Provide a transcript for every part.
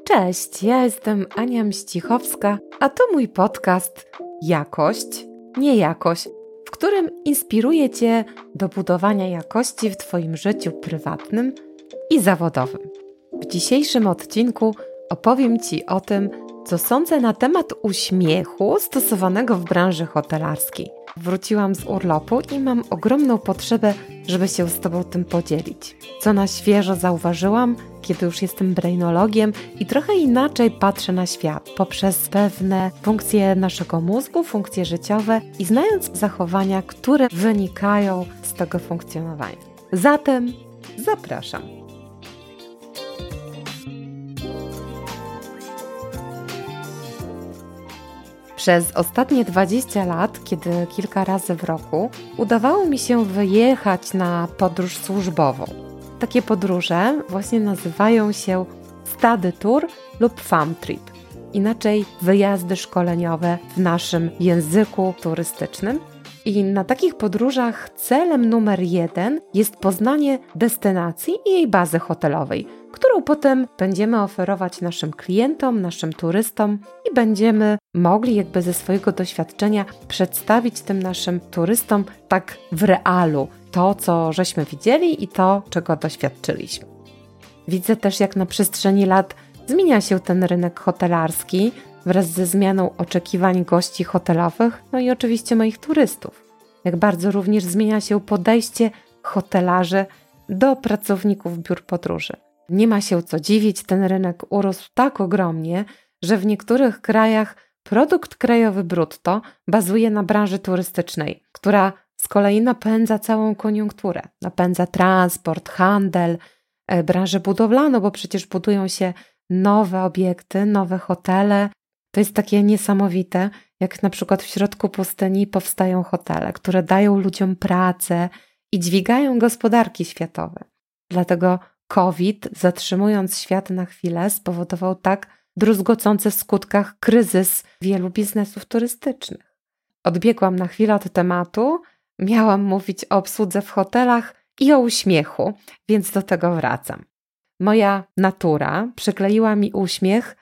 Cześć, ja jestem Ania Mścichowska, a to mój podcast Jakość, nie jakość, w którym inspiruję Cię do budowania jakości w Twoim życiu prywatnym i zawodowym. W dzisiejszym odcinku opowiem Ci o tym, co sądzę na temat uśmiechu stosowanego w branży hotelarskiej. Wróciłam z urlopu i mam ogromną potrzebę, żeby się z Tobą tym podzielić. Co na świeżo zauważyłam, kiedy już jestem brainologiem i trochę inaczej patrzę na świat poprzez pewne funkcje naszego mózgu, funkcje życiowe i znając zachowania, które wynikają z tego funkcjonowania. Zatem zapraszam. Przez ostatnie 20 lat, kiedy kilka razy w roku udawało mi się wyjechać na podróż służbową. Takie podróże właśnie nazywają się study tour lub farm trip, inaczej wyjazdy szkoleniowe w naszym języku turystycznym. I na takich podróżach celem numer 1 jest poznanie destynacji i jej bazy hotelowej, którą potem będziemy oferować naszym klientom, naszym turystom i będziemy mogli ze swojego doświadczenia przedstawić tym naszym turystom tak w realu to, co żeśmy widzieli i to, czego doświadczyliśmy. Widzę też, jak na przestrzeni lat zmienia się ten rynek hotelarski wraz ze zmianą oczekiwań gości hotelowych, no i oczywiście moich turystów. Jak bardzo również zmienia się podejście hotelarzy do pracowników biur podróży. Nie ma się co dziwić, ten rynek urósł tak ogromnie, że w niektórych krajach produkt krajowy brutto bazuje na branży turystycznej, która z kolei napędza całą koniunkturę. Napędza transport, handel, branżę budowlaną, bo przecież budują się nowe obiekty, nowe hotele. To jest takie niesamowite, jak na przykład w środku pustyni powstają hotele, które dają ludziom pracę i dźwigają gospodarki światowe. Dlatego COVID, zatrzymując świat na chwilę, spowodował tak druzgocący w skutkach kryzys wielu biznesów turystycznych. Odbiegłam na chwilę od tematu, miałam mówić o obsłudze w hotelach i o uśmiechu, więc do tego wracam. Moja natura przykleiła mi uśmiech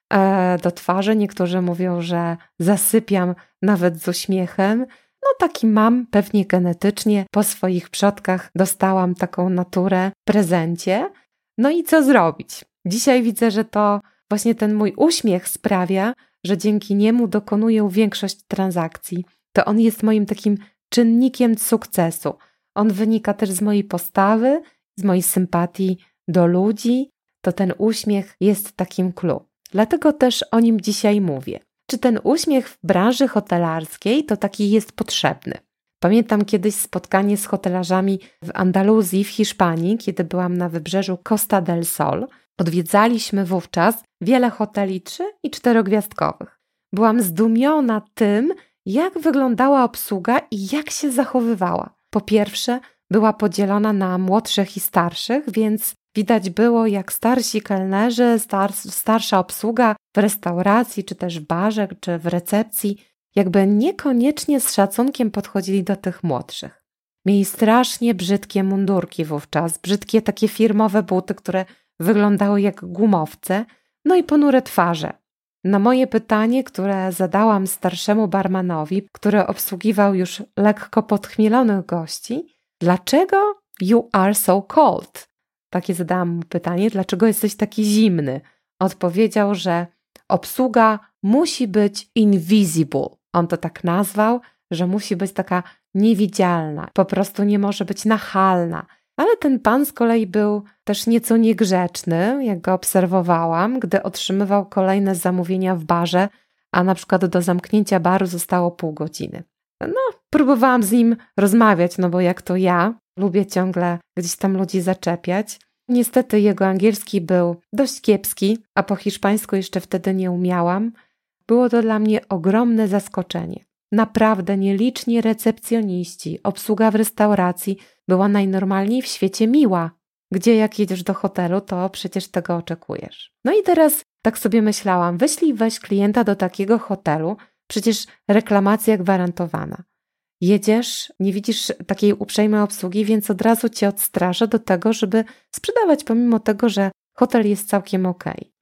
do twarzy. Niektórzy mówią, że zasypiam nawet z uśmiechem. No taki mam, pewnie genetycznie, po swoich przodkach dostałam taką naturę w prezencie. No i co zrobić? Dzisiaj widzę, że to właśnie ten mój uśmiech sprawia, że dzięki niemu dokonuję większość transakcji. To on jest moim takim czynnikiem sukcesu. On wynika też z mojej postawy, z mojej sympatii do ludzi. To ten uśmiech jest takim clue. Dlatego też o nim dzisiaj mówię. Czy ten uśmiech w branży hotelarskiej to taki jest potrzebny? Pamiętam kiedyś spotkanie z hotelarzami w Andaluzji, w Hiszpanii, kiedy byłam na wybrzeżu Costa del Sol. Odwiedzaliśmy wówczas wiele hoteli 3- i 4-gwiazdkowych. Byłam zdumiona tym, jak wyglądała obsługa i jak się zachowywała. Po pierwsze, była podzielona na młodszych i starszych, więc widać było, jak starsi kelnerzy, starsza obsługa w restauracji, czy też w barze, czy w recepcji, niekoniecznie z szacunkiem podchodzili do tych młodszych. Mieli strasznie brzydkie mundurki wówczas, brzydkie takie firmowe buty, które wyglądały jak gumowce, no i ponure twarze. Na moje pytanie, które zadałam starszemu barmanowi, który obsługiwał już lekko podchmielonych gości, dlaczego you are so cold? Takie zadałam mu pytanie, dlaczego jesteś taki zimny? Odpowiedział, że obsługa musi być invisible. On to tak nazwał, że musi być taka niewidzialna, po prostu nie może być nachalna. Ale ten pan z kolei był też nieco niegrzeczny, jak go obserwowałam, gdy otrzymywał kolejne zamówienia w barze, a na przykład do zamknięcia baru zostało pół godziny. Próbowałam z nim rozmawiać, bo jak to ja, lubię ciągle gdzieś tam ludzi zaczepiać. Niestety jego angielski był dość kiepski, a po hiszpańsku jeszcze wtedy nie umiałam. Było to dla mnie ogromne zaskoczenie. Naprawdę nieliczni recepcjoniści, obsługa w restauracji była najnormalniej w świecie miła. Gdzie jak jedziesz do hotelu, to przecież tego oczekujesz. No i teraz tak sobie myślałam, weź klienta do takiego hotelu, przecież reklamacja gwarantowana. Jedziesz, nie widzisz takiej uprzejmej obsługi, więc od razu cię odstrasza do tego, żeby sprzedawać, pomimo tego, że hotel jest całkiem okej.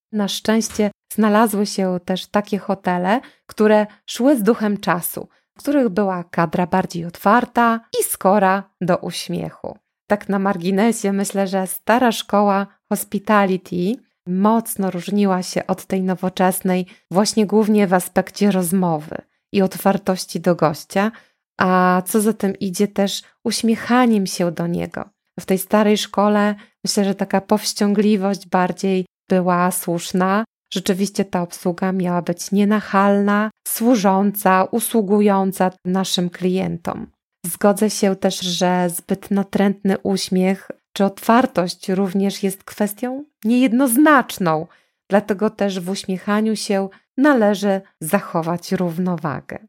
Na szczęście znalazły się też takie hotele, które szły z duchem czasu, w których była kadra bardziej otwarta i skora do uśmiechu. Tak na marginesie myślę, że stara szkoła hospitality mocno różniła się od tej nowoczesnej właśnie głównie w aspekcie rozmowy i otwartości do gościa, a co za tym idzie też uśmiechaniem się do niego. W tej starej szkole myślę, że taka powściągliwość bardziej była słuszna. Rzeczywiście ta obsługa miała być nienachalna, służąca, usługująca naszym klientom. Zgodzę się też, że zbyt natrętny uśmiech czy otwartość również jest kwestią niejednoznaczną, dlatego też w uśmiechaniu się należy zachować równowagę.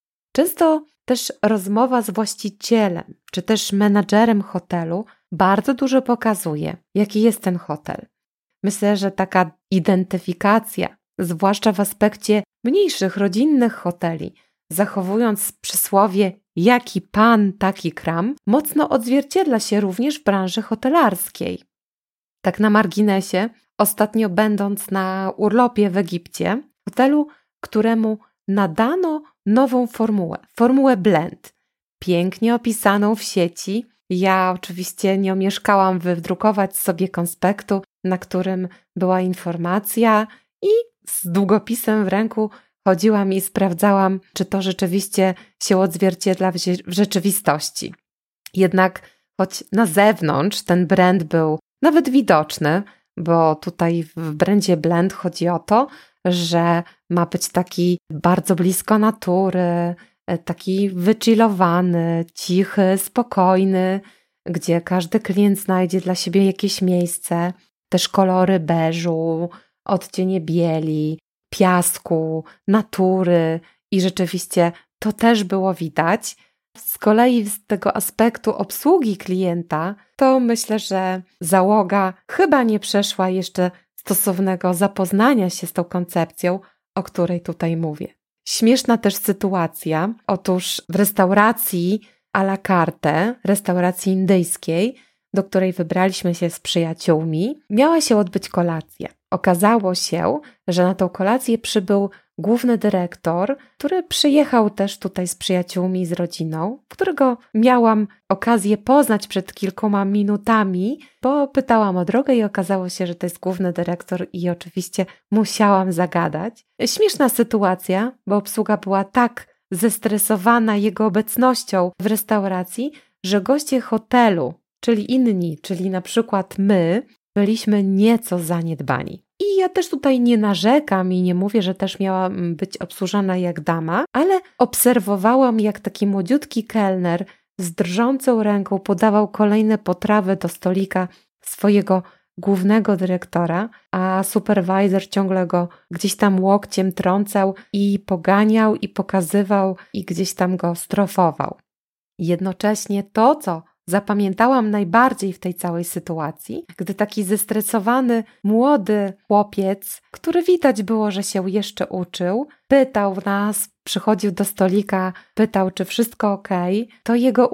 Często też rozmowa z właścicielem czy też menadżerem hotelu bardzo dużo pokazuje, jaki jest ten hotel. Myślę, że taka identyfikacja, zwłaszcza w aspekcie mniejszych, rodzinnych hoteli, zachowując przysłowie jaki pan, taki kram, mocno odzwierciedla się również w branży hotelarskiej. Tak na marginesie, ostatnio będąc na urlopie w Egipcie, hotelu, któremu nadano nową formułę blend, pięknie opisaną w sieci. Ja oczywiście nie omieszkałam wydrukować sobie konspektu, na którym była informacja i z długopisem w ręku chodziłam i sprawdzałam, czy to rzeczywiście się odzwierciedla w rzeczywistości. Jednak choć na zewnątrz ten brand był nawet widoczny, bo tutaj w brandzie blend chodzi o to, że ma być taki bardzo blisko natury, taki wychillowany, cichy, spokojny, gdzie każdy klient znajdzie dla siebie jakieś miejsce, też kolory beżu, odcienie bieli, piasku, natury i rzeczywiście to też było widać. Z kolei z tego aspektu obsługi klienta to myślę, że załoga chyba nie przeszła jeszcze stosownego zapoznania się z tą koncepcją, o której tutaj mówię. Śmieszna też sytuacja. Otóż w restauracji à la carte, restauracji indyjskiej, do której wybraliśmy się z przyjaciółmi, miała się odbyć kolacja. Okazało się, że na tą kolację przybył główny dyrektor, który przyjechał też tutaj z przyjaciółmi i z rodziną, którego miałam okazję poznać przed kilkoma minutami, bo pytałam o drogę i okazało się, że to jest główny dyrektor i oczywiście musiałam zagadać. Śmieszna sytuacja, bo obsługa była tak zestresowana jego obecnością w restauracji, że goście hotelu, czyli inni, czyli na przykład my, byliśmy nieco zaniedbani. I ja też tutaj nie narzekam i nie mówię, że też miałam być obsłużona jak dama, ale obserwowałam, jak taki młodziutki kelner z drżącą ręką podawał kolejne potrawy do stolika swojego głównego dyrektora, a supervisor ciągle go gdzieś tam łokciem trącał i poganiał i pokazywał i gdzieś tam go strofował. Jednocześnie to, co zapamiętałam najbardziej w tej całej sytuacji, gdy taki zestresowany, młody chłopiec, który widać było, że się jeszcze uczył, pytał nas, przychodził do stolika, pytał, czy wszystko okej, to jego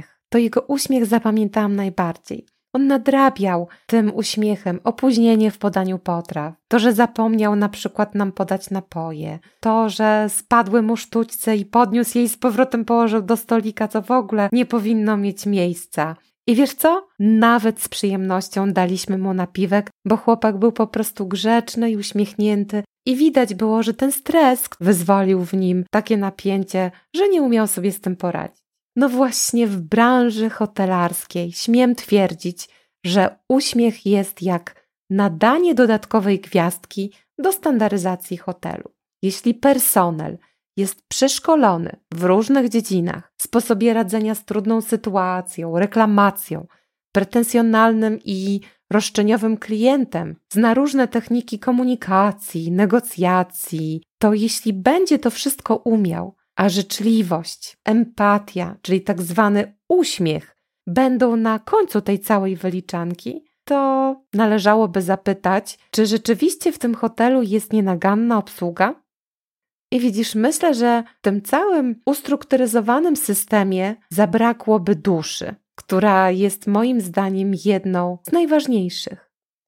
uśmiech zapamiętałam najbardziej. On nadrabiał tym uśmiechem opóźnienie w podaniu potraw, to, że zapomniał na przykład nam podać napoje, to, że spadły mu sztućce i podniósł jej z powrotem położył do stolika, co w ogóle nie powinno mieć miejsca. I wiesz co? Nawet z przyjemnością daliśmy mu napiwek, bo chłopak był po prostu grzeczny i uśmiechnięty i widać było, że ten stres wyzwolił w nim takie napięcie, że nie umiał sobie z tym poradzić. No właśnie w branży hotelarskiej śmiem twierdzić, że uśmiech jest jak nadanie dodatkowej gwiazdki do standaryzacji hotelu. Jeśli personel jest przeszkolony w różnych dziedzinach, w sposobie radzenia z trudną sytuacją, reklamacją, pretensjonalnym i roszczeniowym klientem, zna różne techniki komunikacji, negocjacji, to jeśli będzie to wszystko umiał, a życzliwość, empatia, czyli tak zwany uśmiech będą na końcu tej całej wyliczanki, to należałoby zapytać, czy rzeczywiście w tym hotelu jest nienaganna obsługa? I widzisz, myślę, że w tym całym ustrukturyzowanym systemie zabrakłoby duszy, która jest moim zdaniem jedną z najważniejszych.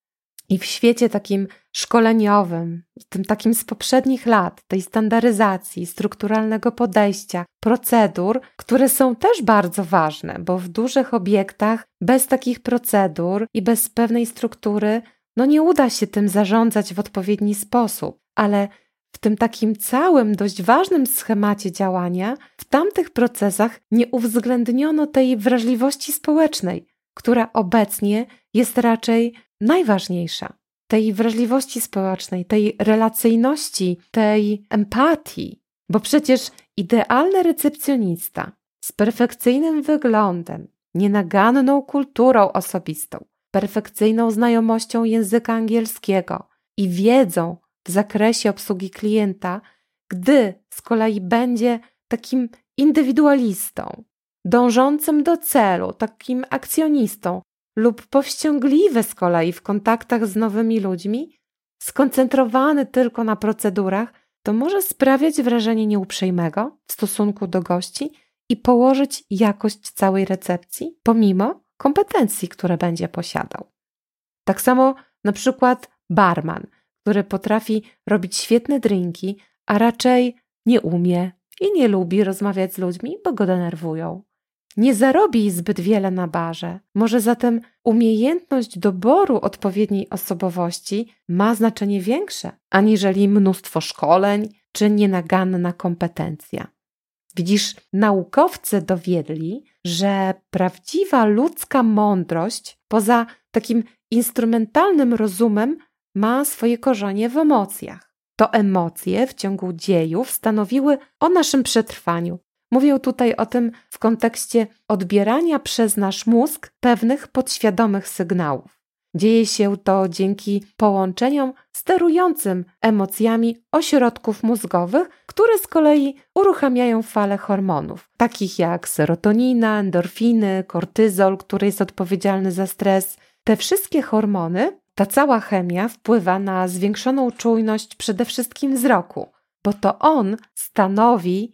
I w świecie takim szkoleniowym, tym takim z poprzednich lat, tej standaryzacji, strukturalnego podejścia, procedur, które są też bardzo ważne, bo w dużych obiektach bez takich procedur i bez pewnej struktury, nie uda się tym zarządzać w odpowiedni sposób, ale w tym takim całym, dość ważnym schemacie działania, w tamtych procesach nie uwzględniono tej wrażliwości społecznej, która obecnie jest raczej najważniejsza. Tej wrażliwości społecznej, tej relacyjności, tej empatii, bo przecież idealny recepcjonista z perfekcyjnym wyglądem, nienaganną kulturą osobistą, perfekcyjną znajomością języka angielskiego i wiedzą w zakresie obsługi klienta, gdy z kolei będzie takim indywidualistą, dążącym do celu, takim akcjonistą lub powściągliwy z kolei w kontaktach z nowymi ludźmi, skoncentrowany tylko na procedurach, to może sprawiać wrażenie nieuprzejmego w stosunku do gości i położyć jakość całej recepcji, pomimo kompetencji, które będzie posiadał. Tak samo na przykład barman, który potrafi robić świetne drinki, a raczej nie umie i nie lubi rozmawiać z ludźmi, bo go denerwują. Nie zarobi zbyt wiele na barze, może zatem umiejętność doboru odpowiedniej osobowości ma znaczenie większe, aniżeli mnóstwo szkoleń czy nienaganna kompetencja. Widzisz, naukowcy dowiedli, że prawdziwa ludzka mądrość poza takim instrumentalnym rozumem ma swoje korzenie w emocjach. To emocje w ciągu dziejów stanowiły o naszym przetrwaniu. Mówię tutaj o tym w kontekście odbierania przez nasz mózg pewnych podświadomych sygnałów. Dzieje się to dzięki połączeniom sterującym emocjami ośrodków mózgowych, które z kolei uruchamiają fale hormonów, takich jak serotonina, endorfiny, kortyzol, który jest odpowiedzialny za stres. Te wszystkie hormony, ta cała chemia wpływa na zwiększoną czujność przede wszystkim wzroku, bo to on stanowi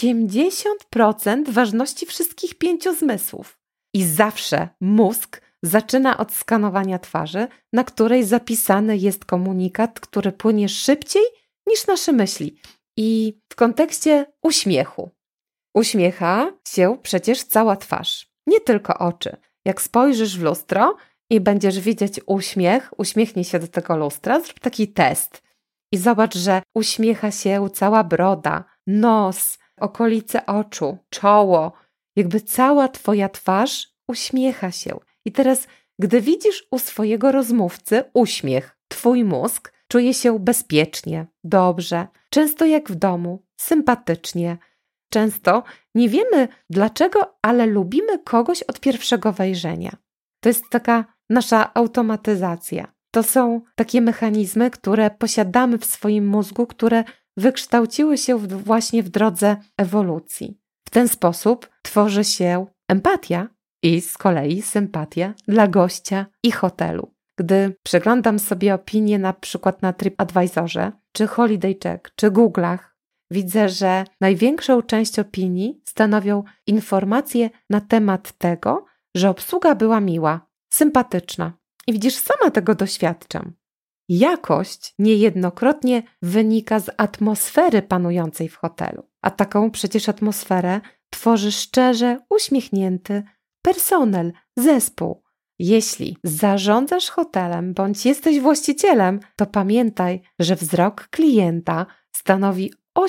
80% ważności wszystkich 5 zmysłów. I zawsze mózg zaczyna od skanowania twarzy, na której zapisany jest komunikat, który płynie szybciej niż nasze myśli. I w kontekście uśmiechu. Uśmiecha się przecież cała twarz, nie tylko oczy. Jak spojrzysz w lustro i będziesz widzieć uśmiechnij się do tego lustra, zrób taki test. I zobacz, że uśmiecha się cała broda, nos, okolice oczu, czoło. Jakby cała twoja twarz uśmiecha się. I teraz, gdy widzisz u swojego rozmówcy uśmiech, twój mózg czuje się bezpiecznie, dobrze, często jak w domu, sympatycznie. Często nie wiemy dlaczego, ale lubimy kogoś od pierwszego wejrzenia. To jest taka nasza automatyzacja. To są takie mechanizmy, które posiadamy w swoim mózgu, które wykształciły się właśnie w drodze ewolucji. W ten sposób tworzy się empatia i z kolei sympatia dla gościa i hotelu. Gdy przeglądam sobie opinie na przykład na TripAdvisorze, czy Holiday Check, czy Google'ach, widzę, że największą część opinii stanowią informacje na temat tego, że obsługa była miła, sympatyczna. I widzisz, sama tego doświadczam. Jakość niejednokrotnie wynika z atmosfery panującej w hotelu, a taką przecież atmosferę tworzy szczerze uśmiechnięty personel, zespół. Jeśli zarządzasz hotelem bądź jesteś właścicielem, to pamiętaj, że wzrok klienta stanowi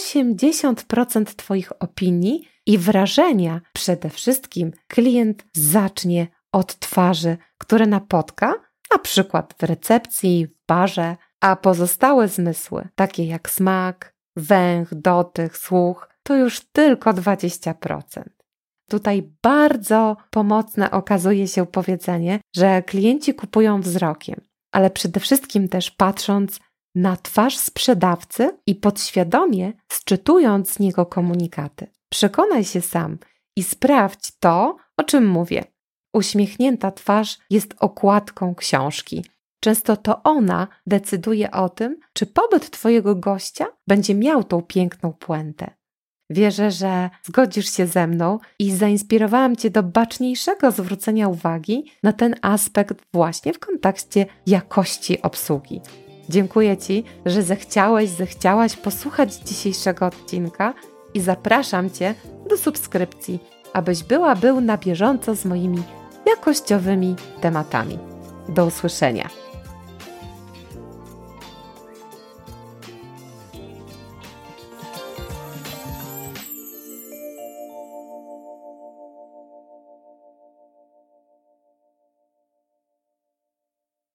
80% Twoich opinii i wrażenia. Przede wszystkim klient zacznie od twarzy, które napotka, na przykład w recepcji, w barze, a pozostałe zmysły, takie jak smak, węch, dotyk, słuch, to już tylko 20%. Tutaj bardzo pomocne okazuje się powiedzenie, że klienci kupują wzrokiem, ale przede wszystkim też patrząc na twarz sprzedawcy i podświadomie sczytując z niego komunikaty. Przekonaj się sam i sprawdź to, o czym mówię. Uśmiechnięta twarz jest okładką książki. Często to ona decyduje o tym, czy pobyt Twojego gościa będzie miał tą piękną puentę. Wierzę, że zgodzisz się ze mną i zainspirowałam Cię do baczniejszego zwrócenia uwagi na ten aspekt właśnie w kontekście jakości obsługi. Dziękuję Ci, że zechciałaś posłuchać dzisiejszego odcinka i zapraszam Cię do subskrypcji, abyś był na bieżąco z moimi jakościowymi tematami. Do usłyszenia.